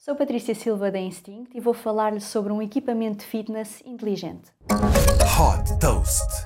Sou Patrícia Silva da Instinct e vou falar-lhe sobre um equipamento de fitness inteligente. Hot Toast.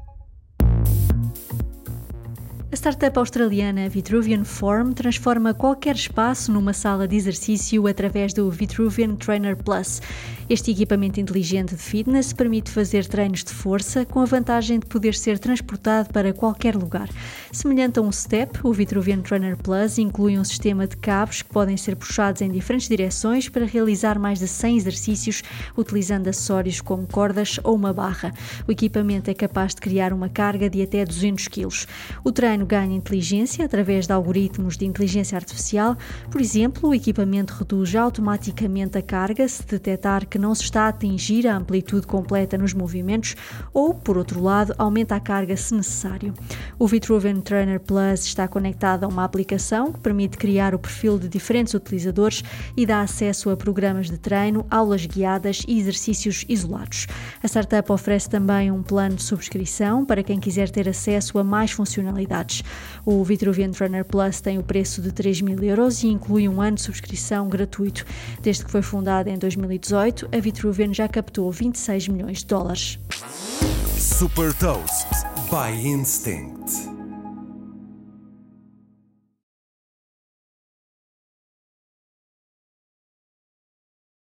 A startup australiana Vitruvian Form transforma qualquer espaço numa sala de exercício através do Vitruvian Trainer Plus. Este equipamento inteligente de fitness permite fazer treinos de força com a vantagem de poder ser transportado para qualquer lugar. Semelhante a um step, o Vitruvian Trainer Plus inclui um sistema de cabos que podem ser puxados em diferentes direções para realizar mais de 100 exercícios utilizando acessórios como cordas ou uma barra. O equipamento é capaz de criar uma carga de até 200 kg. O treino ganha inteligência através de algoritmos de inteligência artificial. Por exemplo, o equipamento reduz automaticamente a carga se detectar que não se está a atingir a amplitude completa nos movimentos ou, por outro lado, aumenta a carga se necessário. O Vitruvian Trainer Plus está conectado a uma aplicação que permite criar o perfil de diferentes utilizadores e dá acesso a programas de treino, aulas guiadas e exercícios isolados. A startup oferece também um plano de subscrição para quem quiser ter acesso a mais funcionalidades. O Vitruvian Trainer Plus tem o preço de 3.000 euros e inclui um ano de subscrição gratuito. Desde que foi fundada em 2018, a Vitruvian já captou 26 milhões de dólares. Super Toast by Instinct.